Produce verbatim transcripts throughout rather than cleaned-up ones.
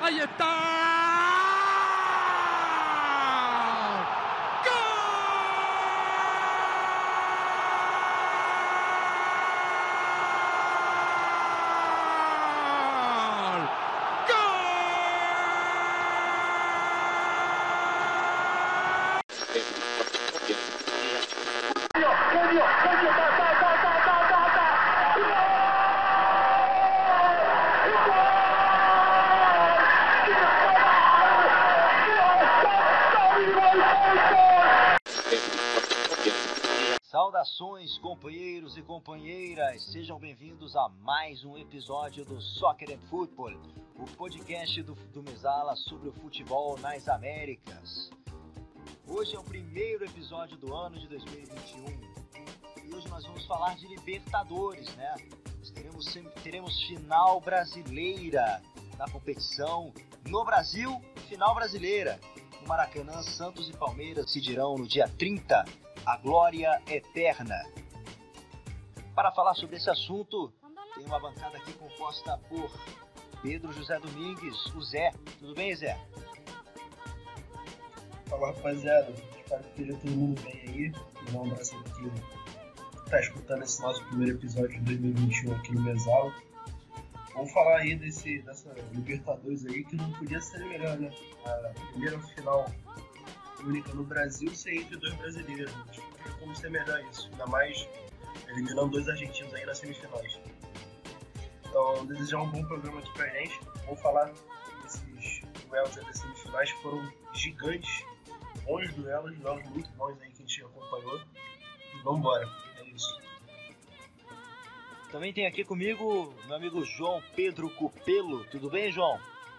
Ahí está. Saudações, companheiros e companheiras, sejam bem-vindos a mais um episódio do Soccer and Football, o podcast do, do Mesala sobre o futebol nas Américas. Hoje é o primeiro episódio do ano de dois mil e vinte e um e hoje nós vamos falar de Libertadores, né? Nós teremos, teremos final brasileira na competição no Brasil, final brasileira. No Maracanã, Santos e Palmeiras decidirão no dia trinta. A glória eterna. Para falar sobre esse assunto, tem uma bancada aqui composta por Pedro José Domingues, o Zé. Tudo bem, Zé? Fala, rapaziada. Espero que esteja todo mundo bem aí. Mandar um abraço aqui que está escutando esse nosso primeiro episódio de dois mil e vinte e um aqui no Mesala. Vamos falar aí desse, dessa Libertadores aí que não podia ser melhor, né? A primeira final única no Brasil ser entre dois brasileiros. Como ser melhor isso? Ainda mais eliminando dois argentinos aí nas semifinais. Então, desejar um bom programa aqui pra gente. Vamos falar desses duelos das semifinais que foram gigantes. Bons duelos, duelos muito bons aí que a gente acompanhou. E vambora, é isso. Também tem aqui comigo meu amigo João Pedro Cupelo. Tudo bem, João?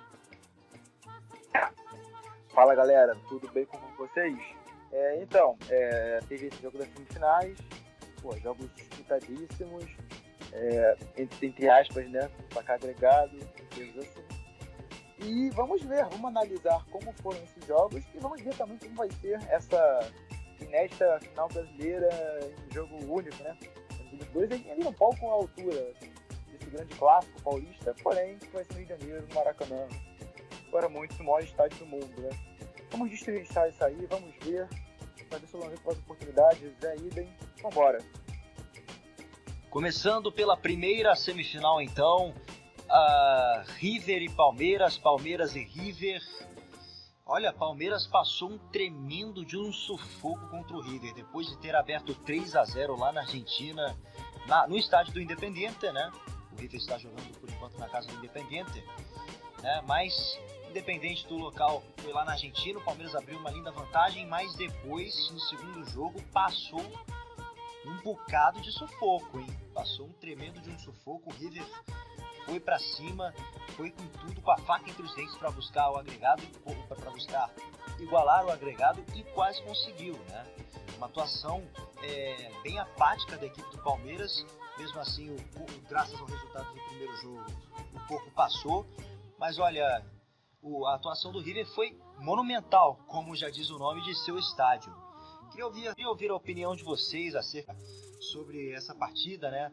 Fala, galera, tudo bem com vocês? É, então, é, teve esse jogo das semifinais, pô, jogos disputadíssimos, é, entre, entre aspas, né, placar agregado, assim. E vamos ver, vamos analisar como foram esses jogos e vamos ver também como vai ser essa inédita final brasileira em jogo único, né? Os dois ali no palco à altura desse grande clássico paulista, porém, vai ser no Rio de Janeiro, no Maracanã. Para muitos, o maior estádio do mundo, né? Vamos destrinchar isso aí, vamos ver, fazer seu lançamento para as oportunidades, Zé Idem, vambora. Começando pela primeira semifinal, então, uh, River e Palmeiras, Palmeiras e River. Olha, Palmeiras passou um tremendo de um sufoco contra o River, depois de ter aberto três a zero lá na Argentina, na, no estádio do Independiente, né? O River está jogando por enquanto na casa do Independiente, né? Mas independente do local, foi lá na Argentina, o Palmeiras abriu uma linda vantagem, mas depois, no segundo jogo, passou um bocado de sufoco, hein? Passou um tremendo de um sufoco, o River foi pra cima, foi com tudo, com a faca entre os dentes para buscar o agregado, para buscar igualar o agregado e quase conseguiu, né? Uma atuação é, bem apática da equipe do Palmeiras, mesmo assim, o, o, graças ao resultado do primeiro jogo, o pouco passou, mas olha, a atuação do River foi monumental, como já diz o nome de seu estádio. Queria ouvir, queria ouvir a opinião de vocês acerca sobre essa partida, né?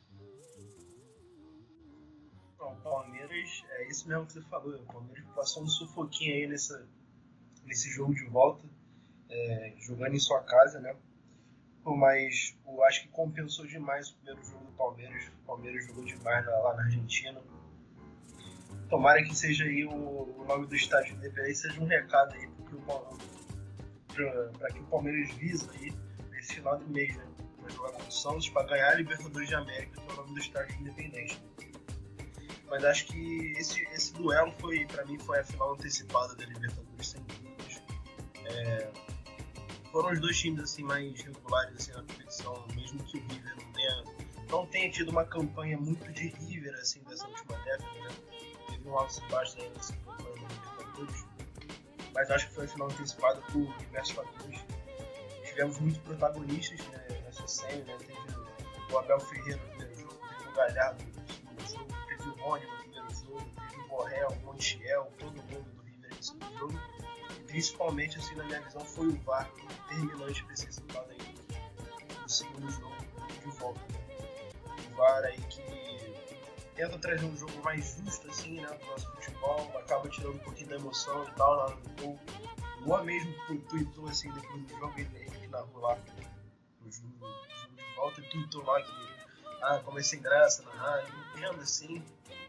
O Palmeiras, é isso mesmo que você falou, o Palmeiras passou um sufoquinho aí nessa, nesse jogo de volta, é, jogando em sua casa, né? Mas eu acho que compensou demais o primeiro jogo do Palmeiras. O Palmeiras jogou demais lá, lá na Argentina. Tomara que seja aí o, o nome do estádio Independência, seja um recado aí para que o Palmeiras visa aí nesse final de mês, né? Para jogar com o Santos, para ganhar a Libertadores de América, que é o nome do estádio Independente. Mas acho que esse, esse duelo foi, para mim, foi a final antecipada da Libertadores, sem dúvidas. É, foram os dois times assim, mais regulares assim, na competição, mesmo que o River não tenha, não tenha tido uma campanha muito de River assim, dessa última década, né? Um alto e baixo aí nessa campanha da Libertadores, mas acho que foi a final antecipada por diversos fatores. Tivemos muitos protagonistas, né, nessa série, né? Teve o Abel Ferreira no primeiro jogo, teve o Galhardo no segundo jogo, teve o Rony no primeiro jogo, teve o Borrell, o Montiel, todo mundo do River no segundo jogo, e principalmente, assim, na minha visão, foi o V A R determinante para esse resultado aí no segundo jogo de volta. Né? O V A R aí que tenta trazer um jogo mais justo, assim, né, pro nosso futebol, acaba tirando um pouquinho da emoção e tal, na hora do gol. O Luan mesmo tweetou, assim, depois do jogo, ele, ele narrou lá o jogo, o jogo de volta, e tweetou lá que, ah, comecei sem graça na rádio, entendo, assim,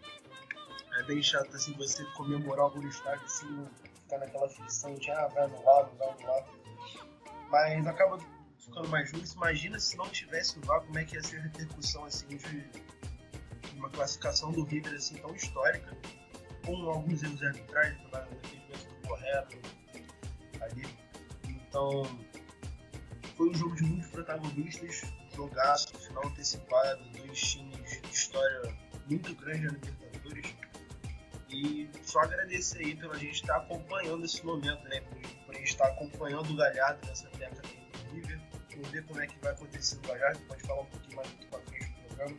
é bem chato, assim, você comemorar o gol no estádio, assim, ficar naquela aflição de, ah, vai anular, não vai anular, mas acaba ficando mais justo. Imagina se não tivesse o V A R, como é que ia ser a repercussão, assim, de uma classificação do River, assim, tão histórica, com alguns erros de arbitragem, infelizmente do Correa ali. Então, foi um jogo de muitos protagonistas, jogaço, final antecipado, dois times de história muito grande na Libertadores. E só agradecer aí pela gente estar acompanhando esse momento, né? Por, por a gente estar acompanhando o Galhardo nessa década do River. Vamos ver como é que vai acontecer o Galhardo, pode falar um pouquinho mais do frente do programa.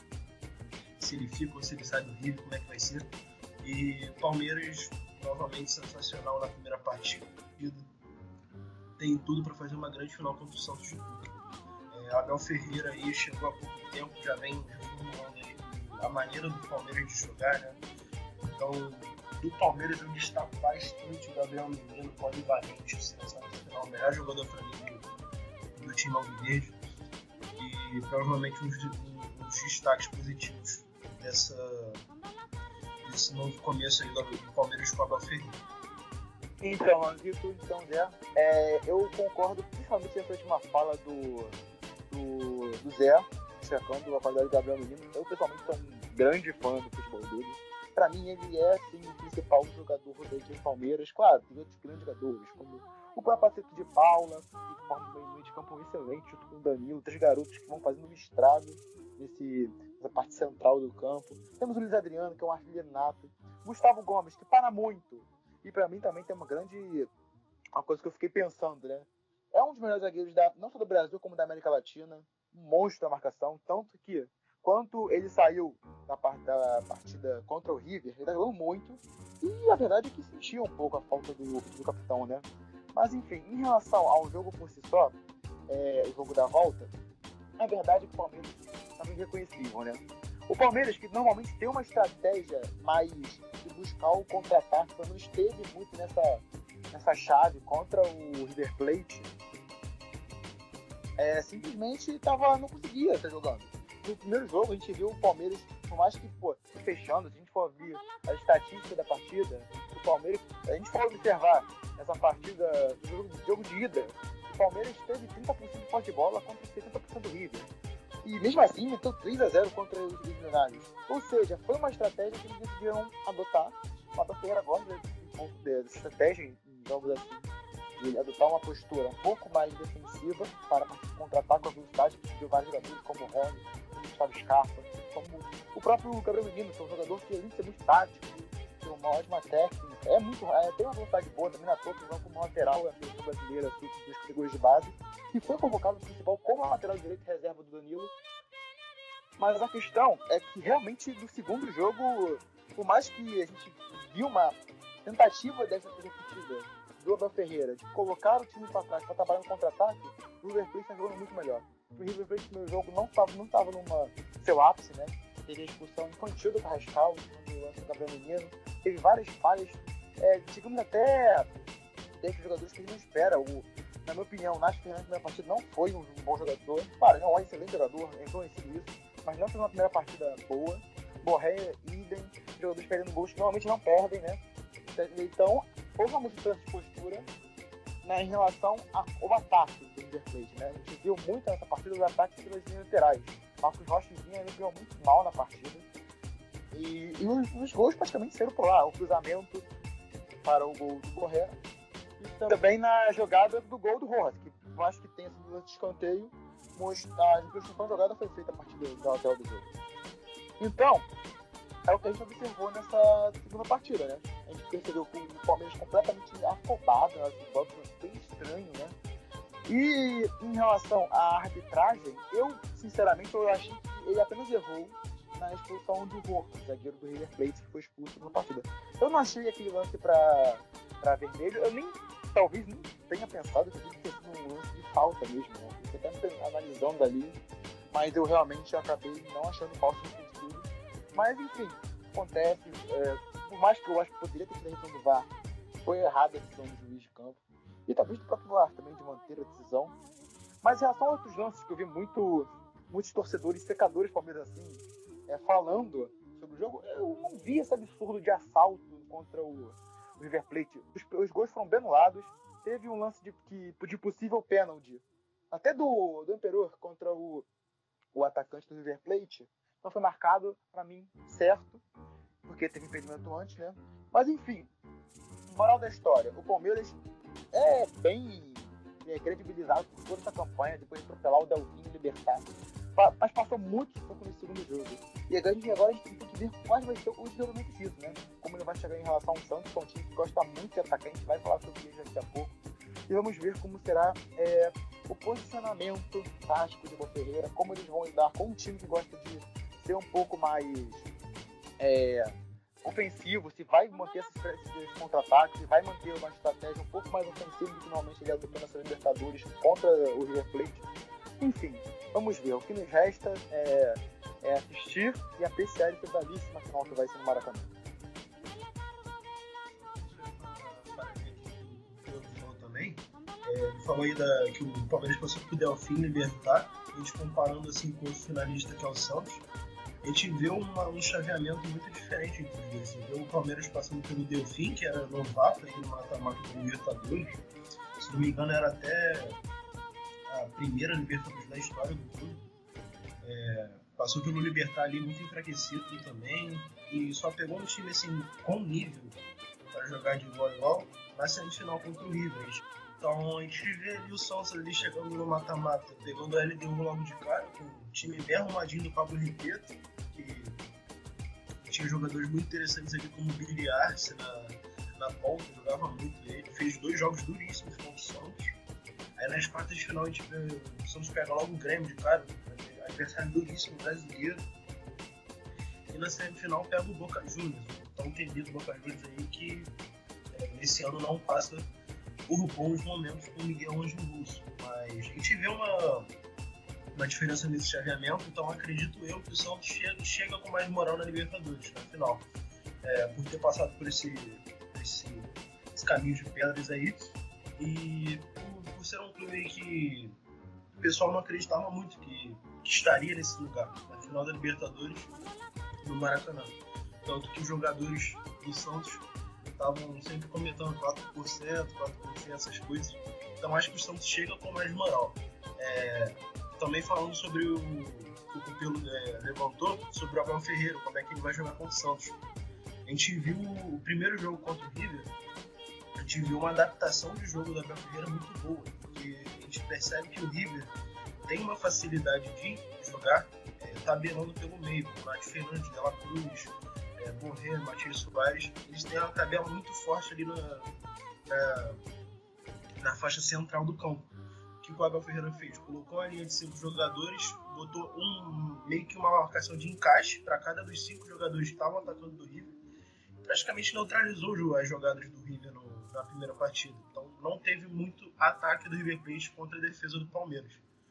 Se ele fica ou se ele sai do River, como é que vai ser. E Palmeiras, novamente sensacional na primeira partida. Tem tudo para fazer uma grande final contra o Santos de Cuca. É, Abel Ferreira aí chegou há pouco tempo, já vem reformulando aí a maneira do Palmeiras de jogar, né? Então, do Palmeiras eu destaco bastante o Gabriel Menino, polivalente, sensacional, o melhor jogador para mim do, do time alviverde. E provavelmente uns, uns destaques positivos dessa, desse novo começo aí do, do Palmeiras com o Abel Ferreira. Então, Andrito, então, Zé, é, eu concordo principalmente com essa última fala do, do, do Zé, destacando a qualidade do Gabriel Menino. Eu, pessoalmente, sou um grande fã do futebol dele. Pra mim, ele é, sim, o principal jogador da equipe do Palmeiras. Claro, tem outros grandes jogadores, como o próprio Aceto de Paula, que forma um meio de campo excelente, junto com o Danilo, três garotos que vão fazendo um estrago nesse, nessa parte central do campo. Temos o Luiz Adriano, que é um artilheiro nato. Gustavo Gomes, que para muito. E pra mim também tem uma grande... uma coisa que eu fiquei pensando, né? É um dos melhores zagueiros, da, não só do Brasil, como da América Latina. Um monstro da marcação. Tanto que, quando ele saiu da, part, da partida contra o River, ele tá jogando muito. E a verdade é que sentia um pouco a falta do, do capitão, né? Mas enfim, em relação ao jogo por si só, é, o jogo da volta, a verdade é que o Palmeiras estava irreconhecível, né? O Palmeiras, que normalmente tem uma estratégia mais de buscar o contra-ataque, pelo menos esteve muito nessa, nessa chave contra o River Plate, é, simplesmente tava, não conseguia estar jogando. No primeiro jogo, a gente viu o Palmeiras, por mais que, pô, fechando, se a gente for ver a estatística da partida, o Palmeiras, a gente for observar essa partida do jogo, do jogo de ida, o Palmeiras teve trinta por cento de posse de bola contra setenta por cento do River. E mesmo assim, meteu três a zero contra os Milionários. Ou seja, foi uma estratégia que eles decidiram adotar. O Abel Ferreira gosta dessa estratégia em jogos assim, de adotar uma postura um pouco mais defensiva para contra-ataque com a velocidade, que deu vários jogadores como o Rony, como o Gustavo Scarpa, como o próprio Gabriel Menino, que é um jogador que além de ser muito tático, tem uma ótima técnica, é muito, é, tem uma velocidade boa também na toa, que joga como lateral na seleção brasileira, assim, das categorias de base, que foi convocado no principal como lateral direito reserva do Danilo. Mas a questão é que realmente no segundo jogo, por mais que a gente viu uma tentativa dessa repetida do Abel Ferreira de colocar o time para trás para trabalhar no contra-ataque, o River Plate está jogando muito melhor. O River Plate no jogo não estava não tava numa seu ápice, né? Teve a expulsão infantil do Carrascal, no lance do Gabriel Menino, teve várias falhas, é, digamos até desses jogadores que a gente não espera. O, na minha opinião, o Nath Fernandes na primeira partida não foi um bom jogador. Claro, ele é um excelente jogador, entrou em isso, mas não fez uma primeira partida boa. Borré, idem, jogadores perdendo gols que normalmente não perdem, né? Então, houve uma mudança de postura, né, em relação ao ataque do River Plate, né? A gente viu muito nessa partida os ataques pelas linhas laterais. Marcos Rocha e Vinha jogou muito mal na partida. E, e os, os gols praticamente saíram por lá. O cruzamento para o gol do Borré. E também na jogada do gol do Rojas, que eu acho que tem sido de escanteio, mas a principal jogada foi feita a partir da lateral do jogo. Então, é o que a gente observou nessa segunda partida, né? A gente percebeu que o Palmeiras completamente afobado, né? O banco foi bem estranho, né? E em relação à arbitragem, eu, sinceramente, eu achei que ele apenas errou na expulsão do Rojas, zagueiro do River Plate, que foi expulso na partida. Eu não achei aquele lance para para vermelho, eu nem, talvez nem tenha pensado que tinha sido um lance de falta mesmo, né? Eu até me analisando ali, mas eu realmente acabei não achando falta no sentido. Mas, enfim, acontece. É, por mais que eu acho que poderia ter sido a decisão do V A R, foi errada a decisão do juiz de campo. E talvez do próprio V A R também, de manter a decisão. Mas em relação a outros lances que eu vi muito, muitos torcedores, secadores Palmeiras assim, é, falando sobre o jogo, eu não vi esse absurdo de assalto contra o, o River Plate. Os, os gols foram bem anulados. Teve um lance de, de, de possível pênalti, até do, do Imperador contra o, o atacante do River Plate. Não foi marcado, para mim, certo, porque teve impedimento antes, né? Mas enfim, moral da história, o Palmeiras é bem é, credibilizado por toda essa campanha, depois de atropelar o Delfim e Libertar. Mas passou muito pouco no segundo jogo. E agora a gente, agora a gente tem que ver quais vai ser o desenvolvimento disso, né? Como ele vai chegar em relação ao Santos, que é um time que gosta muito de atacar, a gente vai falar sobre isso daqui a pouco. E vamos ver como será é, o posicionamento tático de Abel Ferreira, como eles vão lidar com um time que gosta de ser um pouco mais é, ofensivo, se vai manter esses, esses contra-ataques, se vai manter uma estratégia um pouco mais ofensiva do que normalmente ele adotou nessa Libertadores contra o River Plate. Enfim, vamos ver. O que nos resta é, é assistir e apreciar essa belíssima final que vai ser no Maracanã. Também, é, falou aí da, que o Palmeiras passou por Delfim e Libertar, a gente comparando assim com o finalista que é o Santos, a gente vê uma, um chaveamento muito diferente entre eles. Você vê o Palmeiras passando pelo Delfim, que era novato aí no mata-mata do Libertadores, se não me engano era até a primeira Libertadores da história do clube. É, passou pelo Libertar ali muito enfraquecido também, e só pegou um time assim com nível para jogar de igual a igual na semifinal contra o River. Então a gente vê ali o Santos ali chegando no mata-mata, pegando a L D U logo de cara, com um time bem arrumadinho do Pablo Henriqueta, que tinha jogadores muito interessantes ali como o Billy Arce na, na ponta, jogava muito ele, fez dois jogos duríssimos contra o Santos. Aí nas quartas de final a gente vê o Santos pega logo o Grêmio de cara, adversário duríssimo brasileiro. E na semifinal pega o Boca Juniors, o tão temido Boca Juniors aí que é, esse ano não passa por bons momentos com o Miguel Ângelo Russo. Mas a gente vê uma, uma diferença nesse chaveamento, então acredito eu que o Santos chega, chega com mais moral na Libertadores, na final. É, por ter passado por esse, esse, esse caminho de pedras aí. E por, por ser um clube aí que o pessoal não acreditava muito que, que estaria nesse lugar, na final da Libertadores, no Maracanã. Tanto que os jogadores do Santos estavam sempre comentando quatro por cento, quatro por cento, essas coisas. Então acho que o Santos chega com mais moral. É, também falando sobre o que o Cupelo é, levantou, sobre o Abel Ferreira, como é que ele vai jogar contra o Santos. A gente viu o primeiro jogo contra o River, a gente viu uma adaptação de jogo do Abel Ferreira muito boa, porque a gente percebe que o River tem uma facilidade de jogar é, tabelando pelo meio, com o Nath Fernandes, Dela Cruz, é, Borré, Matias Soares. Eles têm uma tabela muito forte ali na, na, na faixa central do campo. O que o Abel Ferreira fez? Colocou a linha de cinco jogadores, botou um, meio que uma marcação de encaixe para cada dos cinco jogadores que estavam atacando do River. Praticamente neutralizou as jogadas do River no, na primeira partida. Então não teve muito ataque do River Plate contra a defesa do Palmeiras.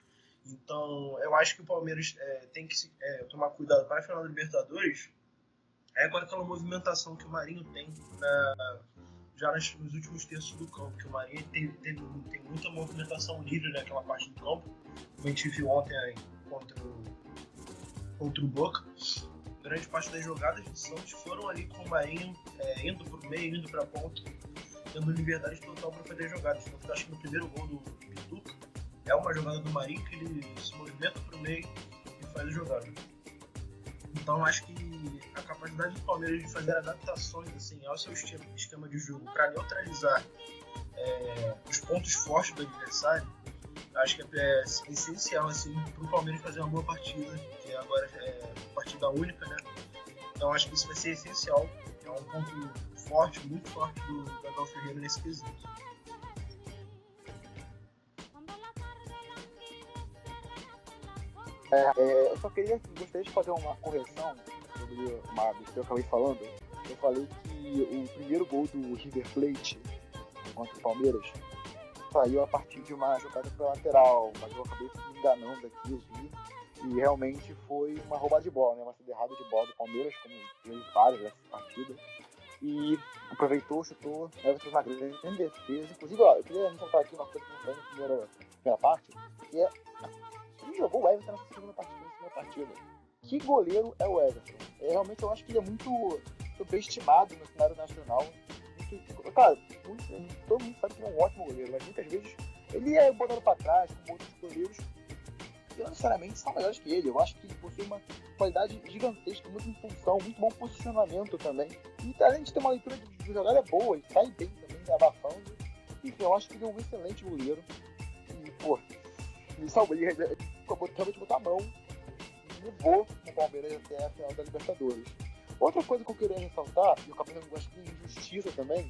Então eu acho que o Palmeiras é, tem que é, tomar cuidado para a final da Libertadores é com aquela movimentação que o Marinho tem na, já nos, nos últimos terços do campo, que o Marinho tem, tem, tem muita movimentação livre naquela parte do campo, como a gente viu ontem aí, contra, o, contra o Boca. Grande parte das jogadas do Santos foram ali com o Marinho é, indo para o meio, indo para a ponta, tendo liberdade total para fazer jogadas. Então eu acho que no primeiro gol do Pituca é uma jogada do Marinho que ele se movimenta para o meio e faz a jogada. Então acho que a capacidade do Palmeiras de fazer adaptações assim, ao seu esquema de jogo para neutralizar é, os pontos fortes do adversário, acho que é essencial assim, para o Palmeiras fazer uma boa partida, que agora é partida única, né? Então acho que isso vai ser essencial, é um ponto forte, muito forte do Abel Ferreira nesse quesito. É, é, eu só queria, gostaria de fazer uma correção sobre uma besteira que eu acabei falando. Eu falei que o primeiro gol do River Plate contra o Palmeiras saiu a partir de uma jogada pela lateral, mas eu acabei me enganando aqui, eu vi. E realmente foi uma roubada de bola, né? Uma saída errada de bola do Palmeiras, como fez várias dessas partidas. E aproveitou, chutou, Everton fez uma grande defesa. Inclusive, ó, eu queria ressaltar aqui uma coisa que não foi na primeira, primeira parte, que é quem jogou o Everton nessa segunda partida, na segunda partida. Que goleiro é o Everton? É, realmente eu acho que ele é muito subestimado no cenário nacional. Muito, cara, muito, todo mundo sabe que ele é um ótimo goleiro, mas muitas vezes ele é botado para trás, como outros goleiros, que não necessariamente são melhores que ele. Eu acho que ele possui uma qualidade gigantesca, muita impulsão, muito bom posicionamento também. E além de ter uma leitura de jogada boa, ele sai bem também, abafando. Enfim, eu acho que ele é um excelente goleiro. E, pô, ele salvou, ele realmente botou a mão e levou o Palmeiras até a final da Libertadores. Outra coisa que eu queria ressaltar, e eu acabei não gosto de injustiça também,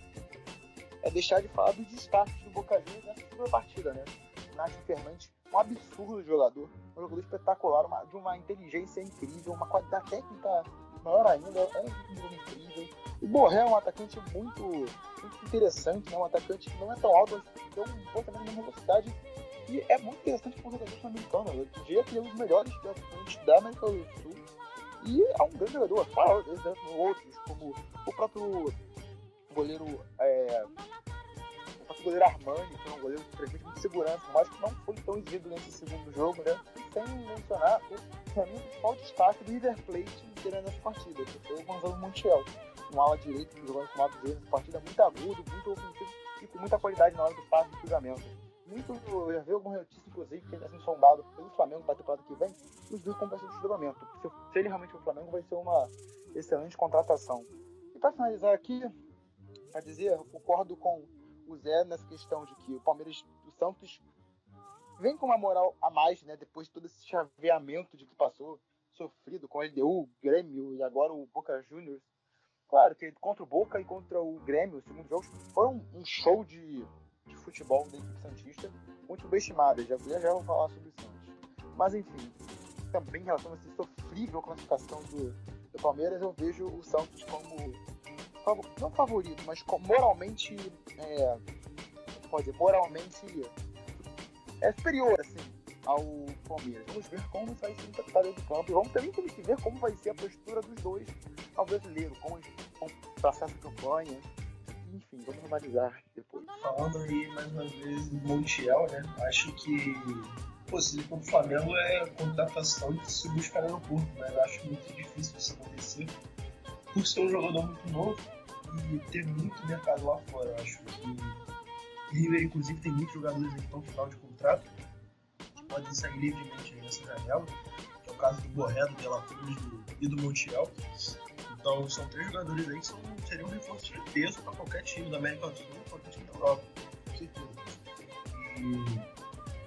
é deixar de falar dos destaques do Boca Juniors nessa segunda partida, né? Nacho Fernandes, um absurdo de jogador, um jogador espetacular, uma, de uma inteligência incrível, uma qualidade técnica maior ainda, é um jogo incrível. E Borré é um atacante muito, muito interessante, né? Um atacante que não é tão alto, mas tem um pouco também de velocidade. E é muito interessante para o jogador sul-americano. Eu diria que ele é um dos melhores atacantes da América do Sul. E é um grande jogador. Fora outros, como o próprio goleiro, é, o próprio goleiro Armani, que é um goleiro que transmite muita segurança, mas que não foi tão exigido nesse segundo jogo, né? Sem mencionar o para mim, o principal destaque do River Plate inteira nessa partida, que foi o Gonzalo Montiel, um ala direito que jogou com o lado direito nessa partida, muito agudo, muito ofensivo e com muita qualidade na hora do passe e cruzamento. Muito, eu já vi alguma notícia, inclusive, que ele está sendo sondado pelo Flamengo para a temporada que vem, os dois com bastante desdobramento. Se, se ele realmente for o Flamengo, vai ser uma excelente contratação. E para finalizar aqui, para dizer, eu concordo com o Zé nessa questão de que o Palmeiras, o Santos, vem com uma moral a mais, né, depois de todo esse chaveamento de que passou, sofrido com o L D U, Grêmio e agora o Boca Juniors. Claro que contra o Boca e contra o Grêmio, os segundos jogos, foram um show de, de futebol da equipe santista, muito subestimado. Já, já vou falar sobre o Santos. Mas enfim, também em relação a essa sofrível classificação do, do Palmeiras, eu vejo o Santos como, não favorito, mas moralmente, é, pode dizer, moralmente é superior, assim, ao Palmeiras. Vamos ver como vai ser interpretado do campo e vamos também ter que ver como vai ser a postura dos dois ao brasileiro, como eles vão passar essa campanha. Enfim, vamos analisar depois. Falando aí mais uma vez do Montiel, né? Acho que pô, se ele for pro Flamengo é contratação de se buscar no aeroporto, mas eu acho muito difícil isso acontecer por ser um jogador muito novo e ter muito mercado lá fora. Eu acho que River, inclusive, tem muitos jogadores que estão no final de contrato que podem sair livremente aí nessa janela, que é o caso do Borré, do De La Cruz do, e do Montiel. Então são três jogadores aí que são, seriam um reforço de peso para qualquer time da América do Sul, qualquer time da Europa, com certeza. E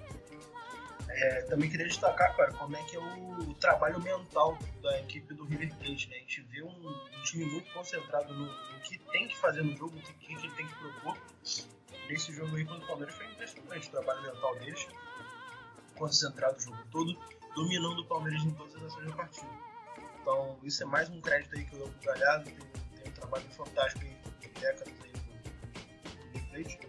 é, também queria destacar, cara, como é que é o, o trabalho mental da equipe do River Plate, né? A gente vê um, um time muito concentrado no, no que tem que fazer no jogo, no que, que ele tem que propor. Nesse jogo aí contra o Palmeiras foi impressionante o trabalho mental deles, concentrado o jogo todo, dominando o Palmeiras em todas as ações da partida. Então isso é mais um crédito aí que eu dou pro Galhardo, tem, tem um trabalho fantástico aí de décadas aí do River Plate.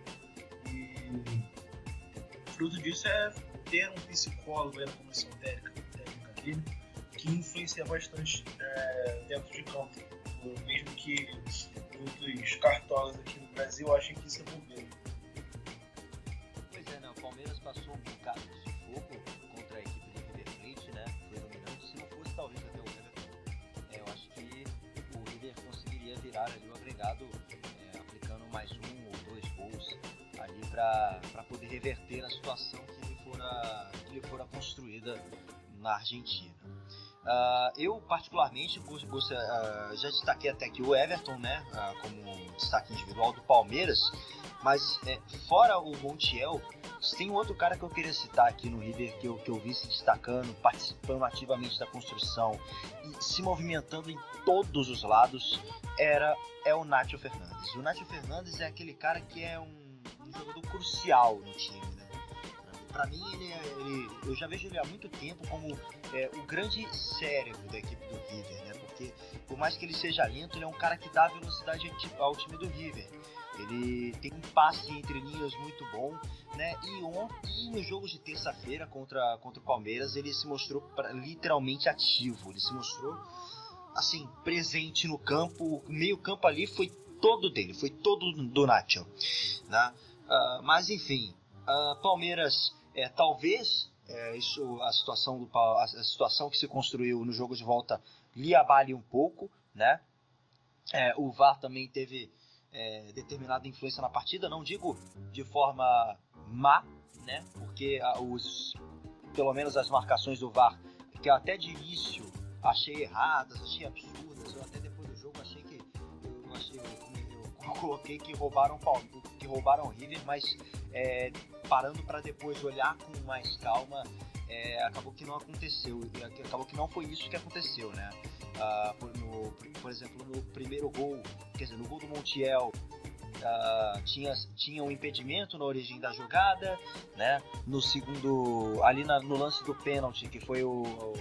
E fruto disso é ter um psicólogo aí na comissão técnica, técnica dele, que influencia bastante é, dentro de campo, mesmo que muitos cartolas aqui no Brasil achem que isso é bobeira. Pois é, né? O Palmeiras passou um bocado de sufoco contra a equipe do River Plate, né? Foi dominante. Se não fosse talvez até o Everton, é, eu acho que o River conseguiria virar ali o agregado, é, aplicando mais um ou dois gols ali para poder reverter a situação que lhe fora, que lhe fora construída na Argentina. Uh, eu particularmente gosto, gosto, uh, já destaquei até aqui o Everton, né, uh, como destaque individual do Palmeiras, mas é, fora o Montiel, tem outro cara que eu queria citar aqui no River que eu, que eu vi se destacando, participando ativamente da construção e se movimentando em todos os lados, era, é o Nacho Fernandes. O Nacho Fernandes é aquele cara que é um, um jogador crucial no time, né? pra mim, ele, é, ele, eu já vejo ele há muito tempo como é, o grande cérebro da equipe do River, né? Porque, por mais que ele seja lento, ele é um cara que dá velocidade ao time do River. Ele tem um passe entre linhas muito bom, né? E, on, e no jogo de terça-feira contra, contra o Palmeiras, ele se mostrou pra, literalmente ativo. Ele se mostrou, assim, presente no campo. O meio campo ali foi todo dele, foi todo do Nacho, né? Uh, mas, enfim, uh, Palmeiras, é, talvez é, isso, a, situação do, a, a situação que se construiu no jogo de volta lhe abale um pouco, né? É, o V A R também teve... É, determinada influência na partida, não digo de forma má, né? Porque a, os, pelo menos as marcações do V A R, que eu até de início achei erradas, achei absurdas, eu até depois do jogo achei que eu, achei, eu, eu coloquei que roubaram que roubaram o River, mas é, parando para depois olhar com mais calma, é, acabou que não aconteceu, acabou que não foi isso que aconteceu, né? Uh, por, no, por exemplo, no primeiro gol, quer dizer, no gol do Montiel, uh, tinha, tinha um impedimento na origem da jogada, né? No segundo, ali na, no lance do pênalti, que foi o, o,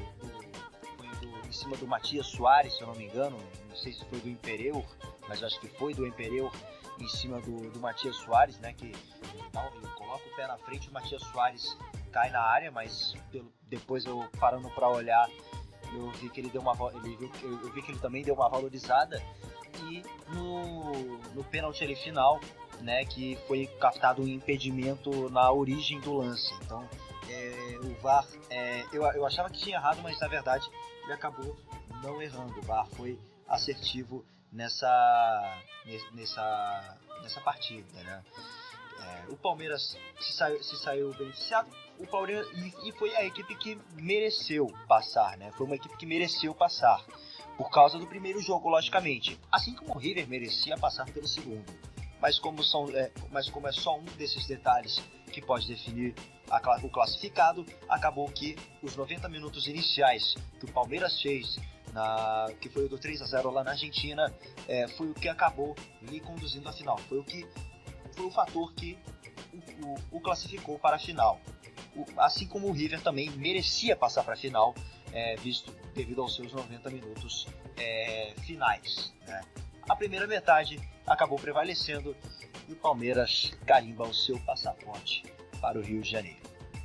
o foi do, em cima do Matias Soares, se eu não me engano, não sei se foi do Imperiur, mas acho que foi do Imperiur em cima do, do Matias Soares, né? Que não, ele coloca o pé na frente, o Matias Soares cai na área, mas pelo, depois eu parando para olhar, eu vi que ele deu uma ele viu, eu vi que ele também deu uma valorizada, e no, no pênalti ali final, né, que foi captado um impedimento na origem do lance. Então é, o V A R, é, eu, eu achava que tinha errado, mas na verdade ele acabou não errando. O V A R foi assertivo nessa nessa nessa partida, né? É, o Palmeiras se saiu, se saiu beneficiado. O Palmeiras, e, e foi a equipe que mereceu passar, né? Foi uma equipe que mereceu passar por causa do primeiro jogo, logicamente. Assim como o River merecia passar pelo segundo. Mas como, são, é, mas como é só um desses detalhes que pode definir a, o classificado, acabou que os noventa minutos iniciais que o Palmeiras fez, na, que foi o do três a zero lá na Argentina, é, foi o que acabou lhe conduzindo à final. Foi o que foi o fator que o, o, o classificou para a final. O, assim como o River também merecia passar para a final, é, visto devido aos seus noventa minutos é, finais, né? A primeira metade acabou prevalecendo e o Palmeiras carimba o seu passaporte para o Rio de Janeiro.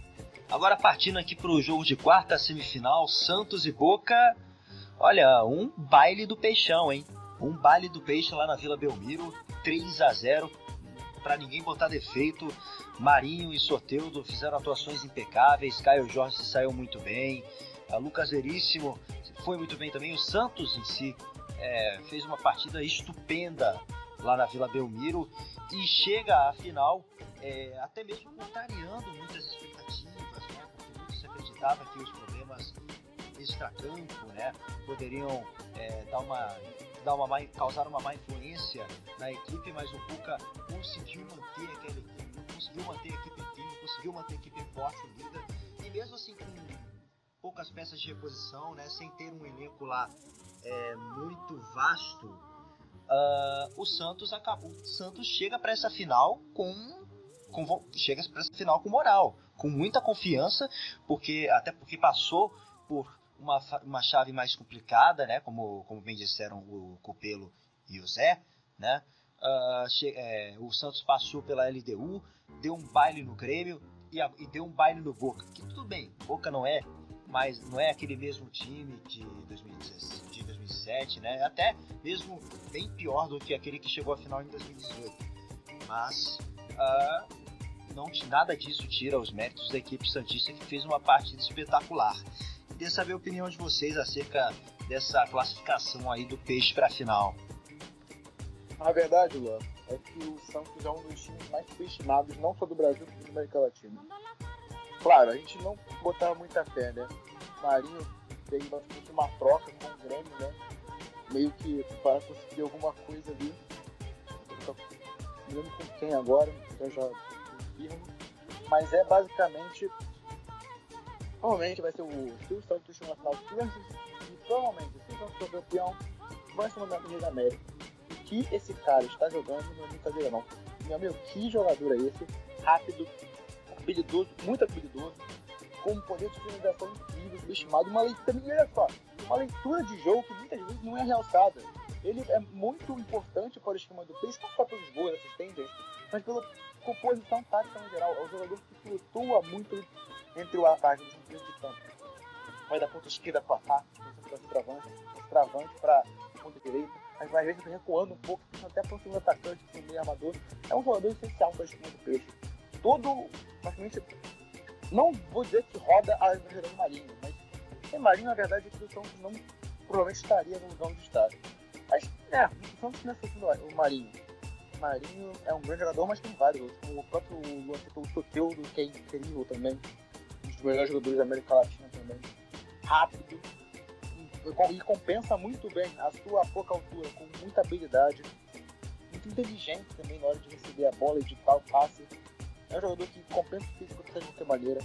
Agora partindo aqui para o jogo de quarta semifinal, Santos e Boca. Olha, um baile do Peixão, hein? Um baile do Peixe lá na Vila Belmiro, três a zero. Para ninguém botar defeito. Marinho e Soteldo fizeram atuações impecáveis. Caio Jorge saiu muito bem. A Lucas Veríssimo foi muito bem também. O Santos em si é, fez uma partida estupenda lá na Vila Belmiro e chega à final é, até mesmo contrariando muitas expectativas, né? Porque muito se acreditava que os problemas extracampo, né, poderiam é, dar uma Dar uma má, causar uma má influência na equipe, mas o Cuca conseguiu manter aquela equipe, conseguiu manter a equipe firme, conseguiu manter a equipe forte, unida, e mesmo assim com poucas peças de reposição, né, sem ter um elenco lá é, muito vasto, uh, o Santos acabou, o Santos chega para essa final com, com chega para essa final com moral, com muita confiança, porque até porque passou por Uma, uma chave mais complicada, né? Como, como bem disseram o Copelo e o Zé, né? Uh, che- é, o Santos passou pela L D U, deu um baile no Grêmio e, a, e deu um baile no Boca. Que tudo bem, Boca não é, mas não é aquele mesmo time de dois mil e dezessete, de dois mil e sete, né? Até mesmo bem pior do que aquele que chegou à final em dois mil e dezoito. Mas uh, não, nada disso tira os méritos da equipe santista, que fez uma partida espetacular. Queria saber a opinião de vocês acerca dessa classificação aí do Peixe para a final. A verdade, Luan, é que o Santos é um dos times mais subestimados, não só do Brasil, como da América Latina. Claro, a gente não botava muita fé, né? O Marinho fez bastante uma troca com o Grêmio, né? Meio que para conseguir alguma coisa ali. Não me lembro com quem agora, eu já confirmo. Mas é basicamente... Provavelmente vai ser o, se o Santos chegar na final e provavelmente se o Santos for campeão, vai ser o momento do Rio da América. E que esse cara está jogando não é brincadeira não. Meu amigo, que jogador é esse? Rápido, habilidoso, muito habilidoso, com um poder de finalização incrível, subestimado, uma leitura, também, olha só, uma leitura de jogo que muitas vezes não é realçada. Ele é muito importante para o esquema do Peixe, não só pelos gols, assistências, mas pela composição tática no geral. É um jogador que flutua muito entre o ataque e o meio de campo. Vai da ponta esquerda para o ataque, para o travante, travante para a ponta direita, às vezes recuando um pouco, até para o segundo atacante, para o meio armador. É um jogador essencial para o esquema do Peixe. Todo, praticamente, não vou dizer que roda a carreira do Marinho, mas sem Marinho, na verdade, o Santos não provavelmente estaria no lugar onde está. Mas, é, o Santos necessita o Marinho. O Marinho é um grande jogador, mas tem vários outros. Como o próprio Luan citou, o Soteldo, que é incrível também. Um dos melhores jogadores da América Latina também. Rápido. E, e compensa muito bem a sua pouca altura, com muita habilidade. Muito inteligente também na hora de receber a bola e de tal passe. É um jogador que compensa o físico de qualquer maneira.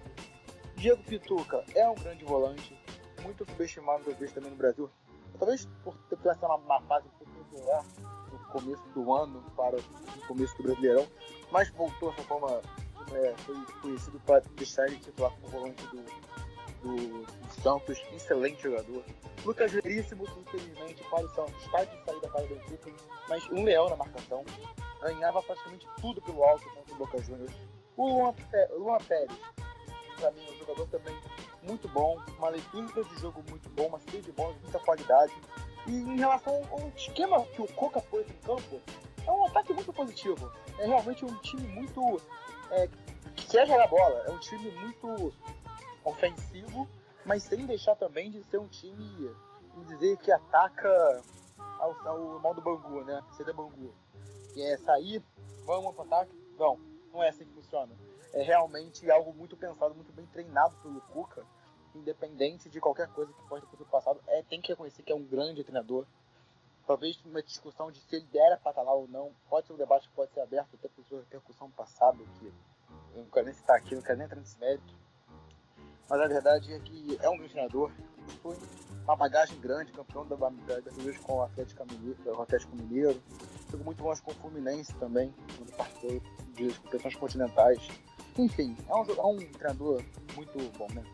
Diego Pituca é um grande volante. Muito subestimado, talvez, também no Brasil. Talvez por ter passado uma, uma fase um pouco melhor no começo do ano para o começo do Brasileirão, mas voltou essa forma, é, foi conhecido para deixar ele titular como volante do, do, do Santos, excelente jogador. Lucas Veríssimo, infelizmente, para o Santos, está de saída para o Benfica, mas um leão na marcação, ganhava praticamente tudo pelo alto contra o Boca Juniors. O Luan, Luan Pérez, para mim, é um jogador também muito bom, uma leitura de jogo muito bom, uma série de bolas de muita qualidade. E em relação ao esquema que o Cuca pôs em campo, é um ataque muito positivo. É realmente um time muito é, que quer jogar bola, é um time muito ofensivo, mas sem deixar também de ser um time, vamos dizer, que ataca ao, ao modo Bangu, né? C D Bangu. Que é sair, vamos para o ataque? Não, não é assim que funciona. É realmente algo muito pensado, muito bem treinado pelo Cuca, independente de qualquer coisa que pode ter sido passado, é, tem que reconhecer que é um grande treinador. Talvez uma discussão de se ele era para estar lá ou não, pode ser um debate que pode ser aberto até por sua repercussão passada, que eu não quero nem citar aqui, não quero nem entrar nesse mérito. Mas a verdade é que é um grande treinador, foi uma bagagem grande, campeão da Brasileira com o Atlético Mineiro, o Atlético Mineiro, jogou muito bom com o Fluminense também, quando participou de competições continentais. Enfim, é um, é um treinador muito bom, né?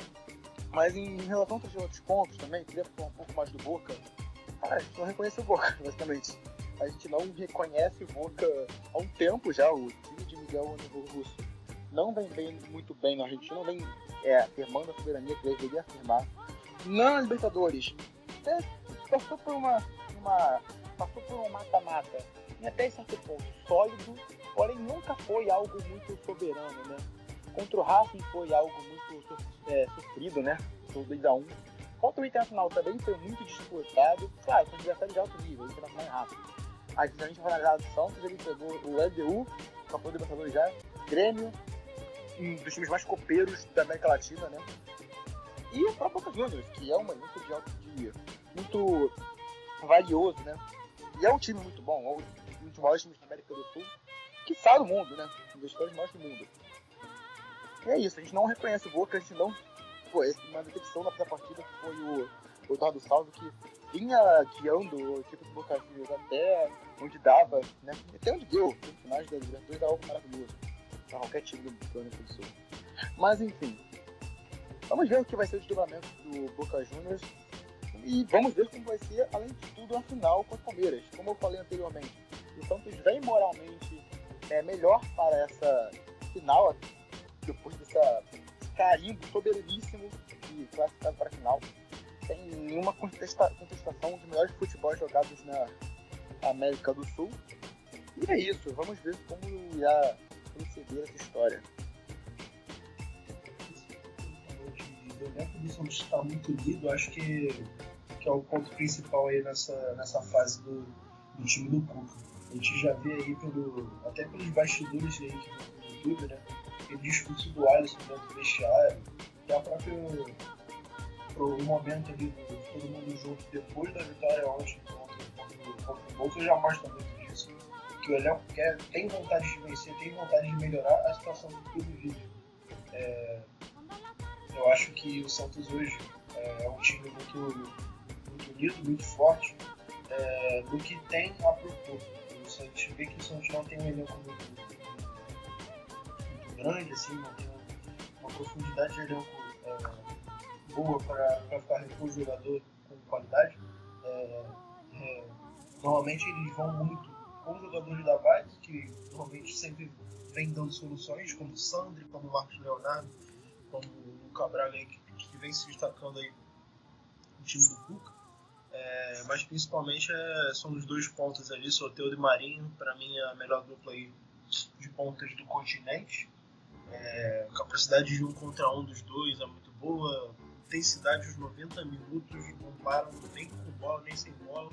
Mas em relação a outros pontos também, queria falar um pouco mais do Boca. Cara, a gente não reconhece o Boca, basicamente. A gente não reconhece o Boca há um tempo já. O time de Miguel Angel Russo não vem bem, muito bem na Argentina, não vem é, afirmando a soberania que deveria afirmar. Na Libertadores, é, passou por uma, uma passou por um mata-mata, e até certo ponto sólido, porém nunca foi algo muito soberano, né? Contra o Racing foi algo muito é, sofrido, né? Foi dois a um. Contra o Internacional também foi muito disputado. Claro, foi um adversário de alto nível, o Internacional é rápido. Aí, se a gente for analisar do Santos, ele pegou o L D U, campeão do Libertadores já, Grêmio, um dos times mais copeiros da América Latina, né? E o próprio Boca Juniors, que é um elenco de alto dia, muito valioso, né? E é um time muito bom, é um dos maiores times da América do Sul, que sai do mundo, né? Um dos histórias maiores do mundo. E é isso, a gente não reconhece o Boca, a gente não... Pô, uma decepção na primeira partida que foi o, o Eduardo Salvo, que vinha guiando a equipe do Boca Juniors até onde dava, né? Até onde deu, no final da Libertadores é algo maravilhoso para qualquer time do Planeta do Sul. Mas enfim, vamos ver o que vai ser o desdobramento do Boca Juniors e vamos ver como vai ser, além de tudo, a final contra o Palmeiras. Como eu falei anteriormente, o Santos vem moralmente é, melhor para essa final, depois dessa carimbo soberaníssimo e classificado para a final, sem nenhuma contesta- contestação dos melhores futebols jogados na América do Sul. E é isso, vamos ver como irá proceder essa história. O elenco do Santos está muito unido, acho que, que é o ponto principal aí nessa, nessa fase do, do time do Cuca. A gente já vê aí, pelo, até pelos bastidores aí que no YouTube, né? Aquele discurso do Alisson dentro do vestiário, e a própria o momento ali do todo mundo junto depois da vitória ontem contra, contra o Bolsa já mostra muito disso. Que o elenco quer, tem vontade de vencer, tem vontade de melhorar a situação do clube vive. É, eu acho que o Santos hoje é um time muito, muito unido, muito forte, é, do que tem a propor. A gente vê que o Santos não tem um elenco muito grande, assim, não tem uma profundidade de elenco é, boa para ficar repor jogador com qualidade. É, é, normalmente eles vão muito com jogadores da base, que normalmente sempre vem dando soluções, como o Sandri, como o Marcos Leonardo, como o Cabral aí, que, que vem se destacando aí no time do Cuca. É, mas principalmente é, são os dois pontas ali, Soteldo e Marinho, para mim é a melhor dupla aí de pontas do continente. É, a capacidade de um contra um dos dois é muito boa, intensidade dos noventa minutos, não param nem com bola nem sem bola.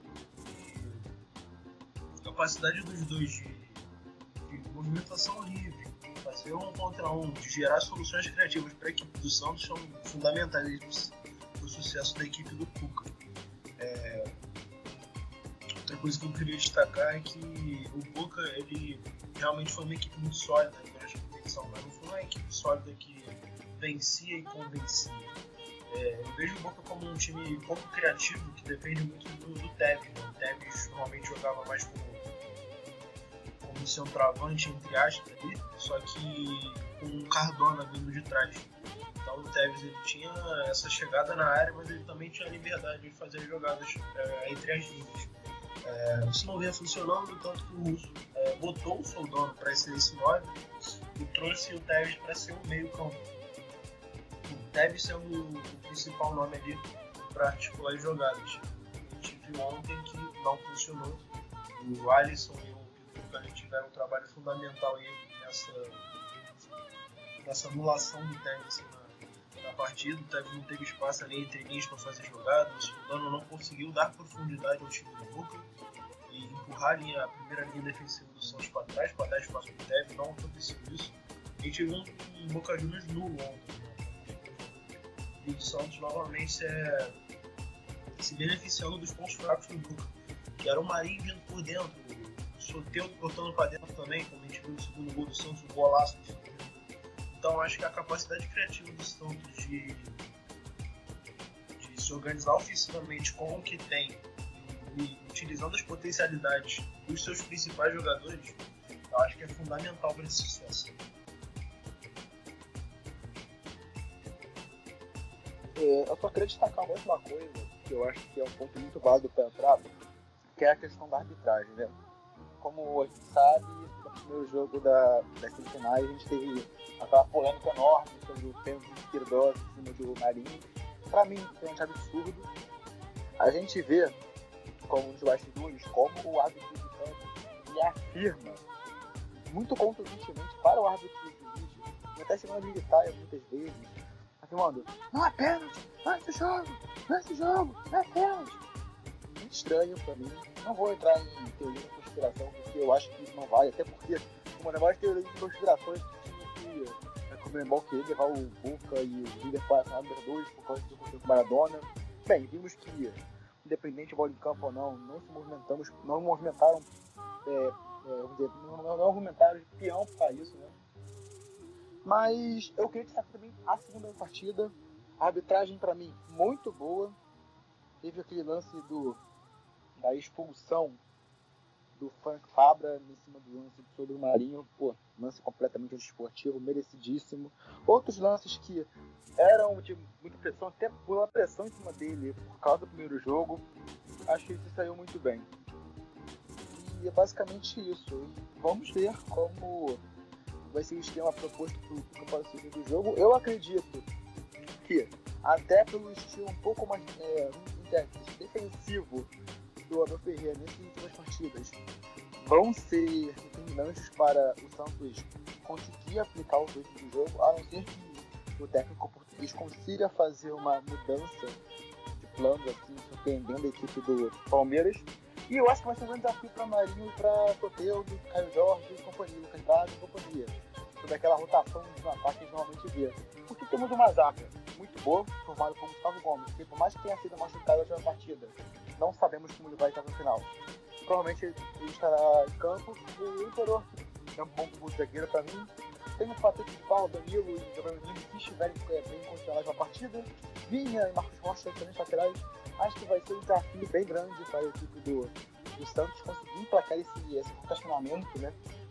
E a capacidade dos dois de, de movimentação livre, fazer um contra um, de gerar soluções criativas para a equipe do Santos são fundamentais para o sucesso da equipe do Cuca. É, outra coisa que eu queria destacar é que o Boca ele realmente foi uma equipe muito sólida durante a competição, mas não foi uma equipe sólida que vencia e convencia. É, eu vejo o Boca como um time pouco criativo, que depende muito do, do Tevez. Né? O Tevez normalmente jogava mais como, como centroavante, entre aspas, ali, só que com o Cardona vindo de trás. Então o Tevez ele tinha essa chegada na área, mas ele também tinha a liberdade de fazer jogadas é, entre as linhas. É, isso não vinha funcionando, tanto que o Russo é, botou o Soldano para ser esse nove e trouxe o Tevez para ser o meio campo. O Tevez sendo o, o principal nome ali para articular as jogadas. A gente viu ontem que não funcionou. O Alisson e o Pituca tiveram um trabalho fundamental aí nessa, nessa anulação do Tevez assim, na, na partida. O Tevez não teve espaço ali entre linhas para fazer jogadas. O Soldano não conseguiu dar profundidade ao time do Boca e empurrar a, linha, a primeira linha defensiva do Santos para trás, para dar espaço para o Tevez. Não aconteceu isso. A gente viu um, um Boca Juniors nulo ontem. E o Santos novamente se, é, se beneficiando dos pontos fracos do Boca, que era o Marinho vindo por dentro, o Soteldo botando para dentro também, como a gente viu no segundo gol do Santos, o golaço. Então acho que a capacidade criativa do Santos de, de se organizar ofensivamente com o que tem e utilizando as potencialidades dos seus principais jogadores, eu acho que é fundamental para esse sucesso. Eu só queria destacar mais uma coisa, que eu acho que é um ponto muito válido para entrar, que é a questão da arbitragem, né? Como a gente sabe, no primeiro jogo da, das semifinais, a gente teve aquela polêmica enorme sobre o pênalti esquerdoso em cima do Marinho. Para mim, é um absurdo. A gente vê, como nos bastidores, como o árbitro do campo ele afirma muito contundentemente para o árbitro do vídeo, e até chegando a gritar muitas vezes, afirmando, não é pênalti, não é esse jogo, não é esse jogo, não é pênalti. Muito estranho pra mim. Não vou entrar em teoria de conspiração, porque eu acho que isso não vale, até porque uma das maiores teorias de conspirações que tinha que é, como é bom querer levar o Boca e o River para a final número dois por causa do confronto com Maradona. Bem, vimos que, independente de bola em campo ou não, não se movimentamos, não movimentaram, é, é, vamos dizer, não, não, não movimentaram de peão para isso, né? Mas eu queria destacar também a segunda partida. A arbitragem, para mim, muito boa. Teve aquele lance do, da expulsão do Frank Fabra em cima do lance sobre o Marinho. Pô, lance completamente desportivo, merecidíssimo. Outros lances que eram de muita pressão, até por uma pressão em cima dele por causa do primeiro jogo. Acho que ele se saiu muito bem. E é basicamente isso. E vamos ver como vai ser o esquema proposto para o segundo jogo. Eu acredito que, até pelo estilo um pouco mais é, defensivo do Abel Ferreira nessas últimas partidas, vão ser determinantes para o Santos conseguir aplicar o ritmo do jogo, a não ser que o técnico português consiga fazer uma mudança de plano, assim, surpreendendo a equipe do Palmeiras. E eu acho que vai ser um grande desafio para Marinho, para Soteldo, Caio Jorge e companhia, Lucas Braga e companhia, sobre aquela rotação de ataque que a gente normalmente vê. Porque temos uma zaga muito boa, formada por Gustavo Gomes, que por mais que tenha sido machucado na última partida, não sabemos como ele vai estar no final. Provavelmente ele estará em campo. O Imperador é um bom como zagueiro para mim. Tem o Patrick de Paulo, Danilo e Gabriel Menino, se estiverem bem condicionados na partida. Vinha e Marcos Rocha, excelentes laterais. Acho que vai ser um desafio bem grande para a equipe do, do Santos conseguir emplacar esse, esse questionamento, né?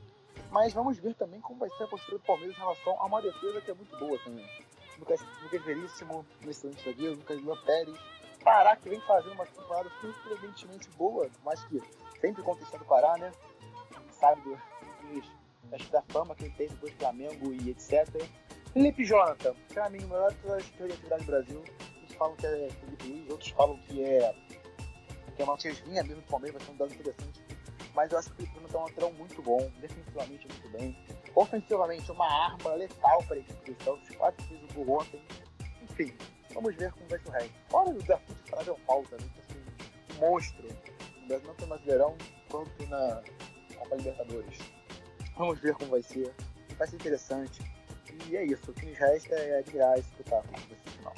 Mas vamos ver também como vai ser a postura do Palmeiras em relação a uma defesa que é muito boa também. Lucas, Lucas Veríssimo, um excelente zagueiro, Lucas Luan Pérez, Pará, que vem fazendo uma temporada surpreendentemente boa, mas que sempre contestando o Pará, né? Sabe do, acho da fama que ele teve depois do Flamengo e etcétera. Felipe Jonathan, pra mim, o melhor da atividade do Brasil. Uns falam que é Felipe Luiz, outros falam que é que é Matheus Vinha mesmo do Palmeiras, vai ser um dado interessante. Mas eu acho que o Felipe Jonathan é um lateral muito bom, defensivamente muito bem. Ofensivamente, uma arma letal para a equipe do Santos, quase fez o gol ontem. Enfim, vamos ver como vai ser o resto. Fora o desafio de Flávio Paulo também, que é assim, um monstro, tanto no Brasileirão quanto na Copa Libertadores. Vamos ver como vai ser, vai ser interessante. E é isso, o que nos resta é admirar esse espetáculo desse final.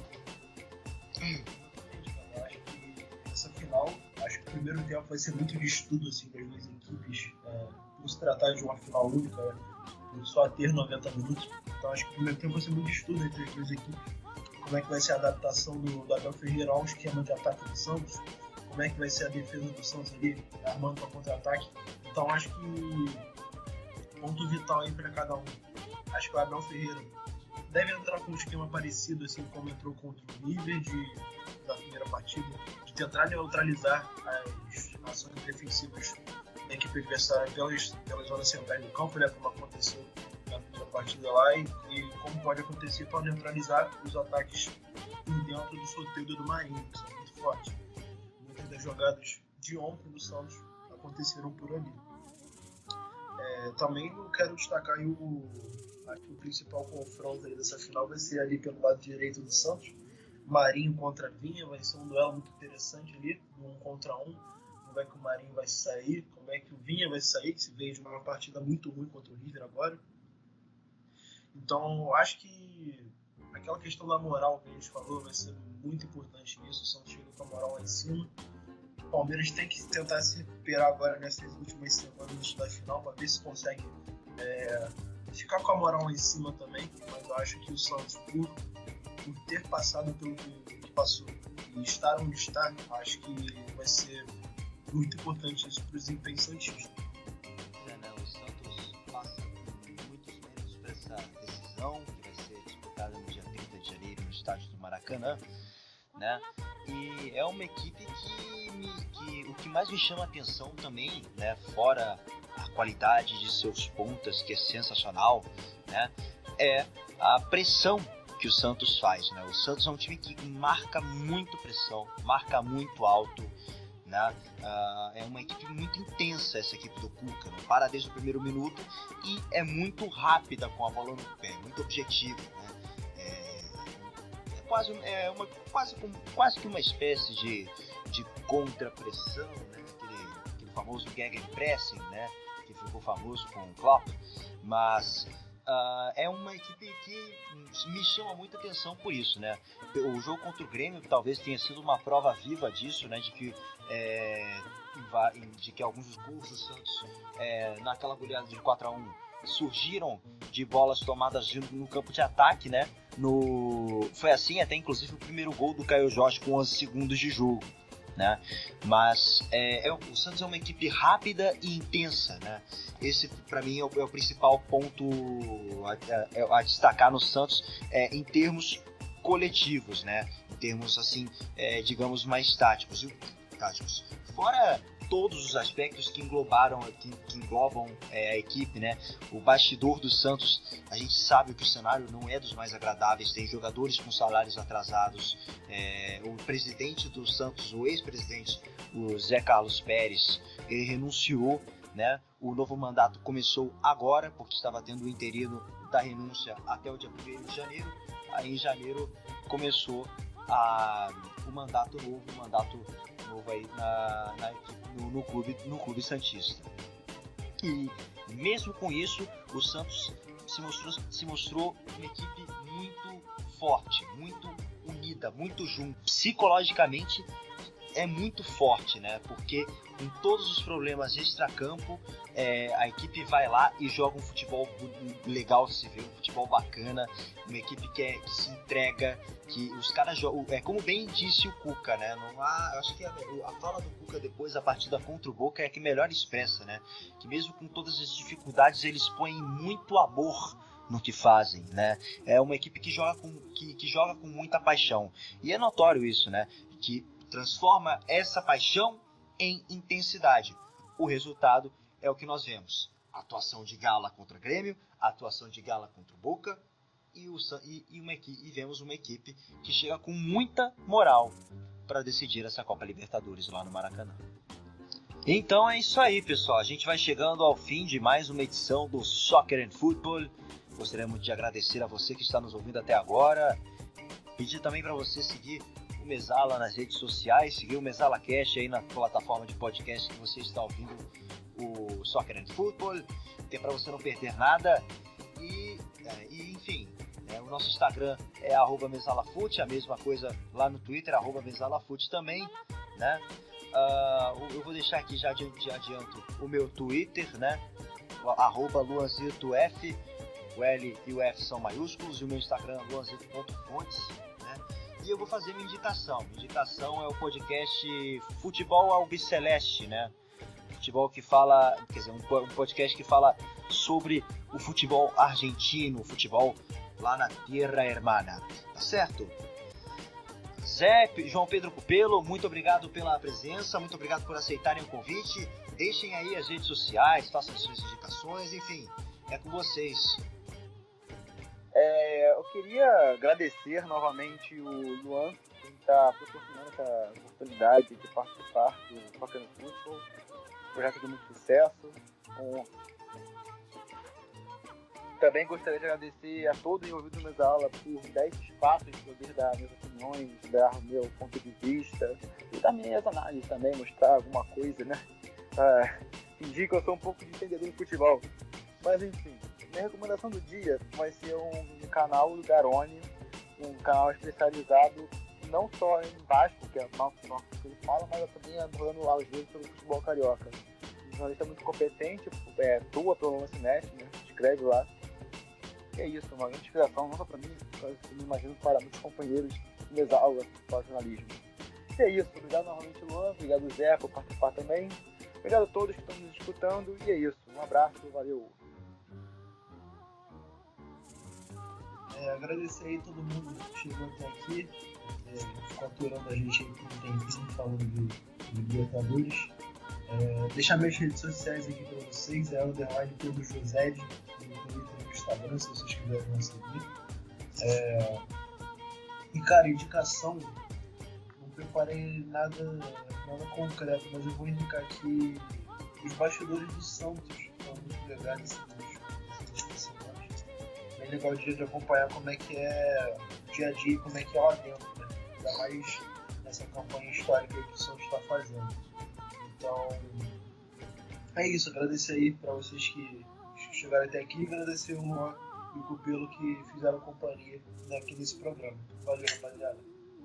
Eu acho que essa final, acho que o primeiro tempo vai ser muito de estudo assim, das duas equipes, é, por se tratar de uma final única, né, por só ter noventa minutos. Então acho que o primeiro tempo vai ser muito de estudo entre as duas equipes. Como é que vai ser a adaptação do, do Abel Ferreira ao esquema de ataque do Santos, como é que vai ser a defesa do Santos ali, armando para contra-ataque. Então acho que ponto vital aí para cada um. Acho que o Abel Ferreira deve entrar com um esquema parecido, assim como entrou contra o River de, da primeira partida, de tentar neutralizar as ações defensivas da equipe adversária pelas, pelas zonas centrais do campo, né, como aconteceu na primeira partida lá, e, e como pode acontecer para neutralizar os ataques por dentro do Soteldo e do Marinho, que são muito fortes. Muitas das jogadas de ontem do Santos aconteceram por ali. É, também eu quero destacar aí o, aqui, o principal confronto ali dessa final vai ser ali pelo lado direito do Santos, Marinho contra Vinha, vai ser um duelo muito interessante ali, um contra um, como é que o Marinho vai sair, como é que o Vinha vai sair, que se veio de uma partida muito ruim contra o River agora. Então eu acho que aquela questão da moral que a gente falou vai ser muito importante nisso, o Santos chega com a moral lá em cima. O Palmeiras tem que tentar se recuperar agora nessas últimas semanas da final para ver se consegue é, ficar com a moral lá em cima também, mas eu acho que o Santos, por, por ter passado pelo que, que passou e estar onde está, acho que vai ser muito importante isso para os desempenhos santistas. É, né? O Santos passa por muitos méritos para essa decisão, que vai ser disputada no dia trinta de janeiro no estádio do Maracanã, né? E é uma equipe que, me, que o que mais me chama a atenção também, né, fora a qualidade de seus pontas, que é sensacional, né, é a pressão que o Santos faz, né? O Santos é um time que marca muito pressão, marca muito alto, né? Uh, é uma equipe muito intensa, essa equipe do Cuca, não para desde o primeiro minuto e é muito rápida com a bola no pé, muito objetivo, né? Quase, é uma, quase, quase que uma espécie de, de contra-pressão, né? aquele, aquele famoso Gegenpressing, né? Que ficou famoso com o Klopp, mas uh, é uma equipe que me chama muita atenção por isso, né? O jogo contra o Grêmio talvez tenha sido uma prova viva disso, né? De que, é, de que alguns dos gols do Santos é, naquela goleada de quatro a um surgiram de bolas tomadas no campo de ataque, né? No... Foi assim até inclusive o primeiro gol do Caio Jorge com onze segundos de jogo, né? Mas é, é, o Santos é uma equipe rápida e intensa, né? Esse para mim é o, é o principal ponto a, a, a destacar no Santos é, em termos coletivos, né? Em termos assim, é, digamos mais táticos, táticos. Fora todos os aspectos que englobaram, que, que englobam é, a equipe, né? O bastidor do Santos, a gente sabe que o cenário não é dos mais agradáveis, tem jogadores com salários atrasados, é, o presidente do Santos, o ex-presidente, o Zé Carlos Pérez, ele renunciou, né? O novo mandato começou agora, porque estava tendo o interino da renúncia até o dia primeiro de janeiro, aí em janeiro começou a, o mandato novo, o mandato novo aí na, na equipe, no, no, clube, no clube santista. E mesmo com isso, o Santos se mostrou, se mostrou uma equipe muito forte, muito unida, muito junto. Psicologicamente é muito forte, né? Porque com todos os problemas extracampo, é, a equipe vai lá e joga um futebol legal de se ver, um futebol bacana, uma equipe que, é, que se entrega, que os caras jogam. É como bem disse o Cuca, né? Não há, eu acho que a, a fala do Cuca depois da partida contra o Boca é a que melhor expressa, né? Que mesmo com todas as dificuldades, eles põem muito amor no que fazem, né? É uma equipe que joga com, que, que joga com muita paixão. E é notório isso, né? Que transforma essa paixão em intensidade. O resultado é o que nós vemos. Atuação de Gala contra Grêmio, atuação de Gala contra o Boca e, o, e, e, uma, e vemos uma equipe que chega com muita moral para decidir essa Copa Libertadores lá no Maracanã. Então é isso aí, pessoal. A gente vai chegando ao fim de mais uma edição do Soccer and Football. Gostaríamos de agradecer a você que está nos ouvindo até agora. Pedir também para você seguir o Mesala nas redes sociais, seguir o Mesala Cast aí na plataforma de podcast que você está ouvindo o Soccer and Football, que é para você não perder nada. E, é, e enfim, é, o nosso Instagram é arroba mesalafute, a mesma coisa lá no Twitter, arroba mesalafute também, né? Uh, eu vou deixar aqui já de, de adianto o meu Twitter, né? Arroba luanzitof, o L e o F são maiúsculos, e o meu Instagram é luanzito ponto fontes, né? E eu vou fazer uma indicação. Minha indicação é o podcast Futebol Albiceleste, né? Futebol que fala, quer dizer, um, um podcast que fala sobre o futebol argentino, o futebol lá na Tierra Hermana, tá certo? Zé, João Pedro Cupelo, muito obrigado pela presença, muito obrigado por aceitarem o convite. Deixem aí as redes sociais, façam as suas indicações, enfim, é com vocês. É, eu queria agradecer novamente o Luan por estar proporcionando essa oportunidade de participar do Soccer and Football, um projeto de muito sucesso. Um... Também gostaria de agradecer a todos envolvidos no Mesala por dar esse espaço de poder dar minhas opiniões, dar o meu ponto de vista e dar minhas análises também, mostrar alguma coisa, né? Ah, fingir que eu sou um pouco de entendedor de futebol. Mas enfim, minha recomendação do dia vai ser um, um canal do Garone, um canal especializado não só em Vasco, que é o nosso que ele fala, mas também abordando às vezes sobre o futebol carioca. Um jornalista muito competente, é, atua pelo Lance Net, né? Escreve lá. E é isso, uma grande inspiração, não só para mim, mas eu me imagino para muitos companheiros de Mesala para o jornalismo. E é isso, obrigado novamente, Luan, obrigado, Zé, por participar também. Obrigado a todos que estão nos escutando, e é isso, um abraço, valeu. É, agradecer aí todo mundo que chegou até aqui, é, ficou aturando a gente aí por um tempinho falando de, de Libertadores. É, deixar minhas redes sociais aqui para vocês, é underline Pedro José, no Twitter e no Instagram, se vocês quiserem me seguir. É, e cara, indicação, não preparei nada, nada concreto, mas eu vou indicar aqui os bastidores do Santos, que são muito legais essas semanas. Bem legal o dia de acompanhar como é que é o dia a dia, como é que é lá dentro, né? Ainda mais nessa campanha histórica que o Santos está fazendo. Então, é isso, agradecer aí para vocês que chegaram até aqui e agradecer o Juan e o Cupelo que fizeram companhia aqui nesse programa. Valeu, rapaziada.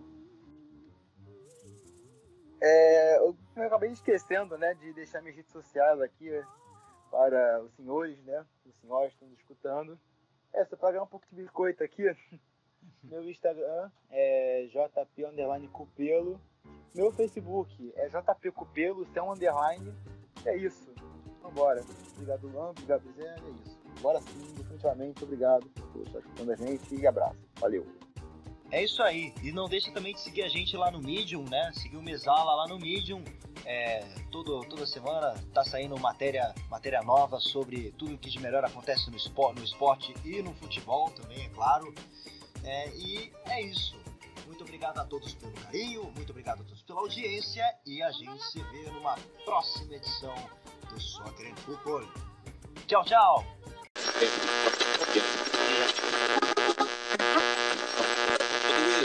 É, eu acabei esquecendo, né, de deixar minhas redes sociais aqui para os senhores, né, os senhores que estão nos escutando. É, só para ganhar um pouco de biscoito aqui, meu Instagram é jp underline cupelo. Meu Facebook é jpcupelo, sem underline. É isso. Vambora. Obrigado, Luan. Obrigado, Zé. É isso. Bora sim, definitivamente. Obrigado por estar escutando a gente e abraço. Valeu. É isso aí. E não deixa também de seguir a gente lá no Medium, né? Seguir o Mesala lá no Medium. É, todo, toda semana tá saindo matéria, matéria nova sobre tudo o que de melhor acontece no esporte, no esporte e no futebol também, é claro. É, e é isso. Muito obrigado a todos pelo carinho, muito obrigado a todos pela audiência e a gente se vê numa próxima edição do Soccer and Football. Tchau, tchau!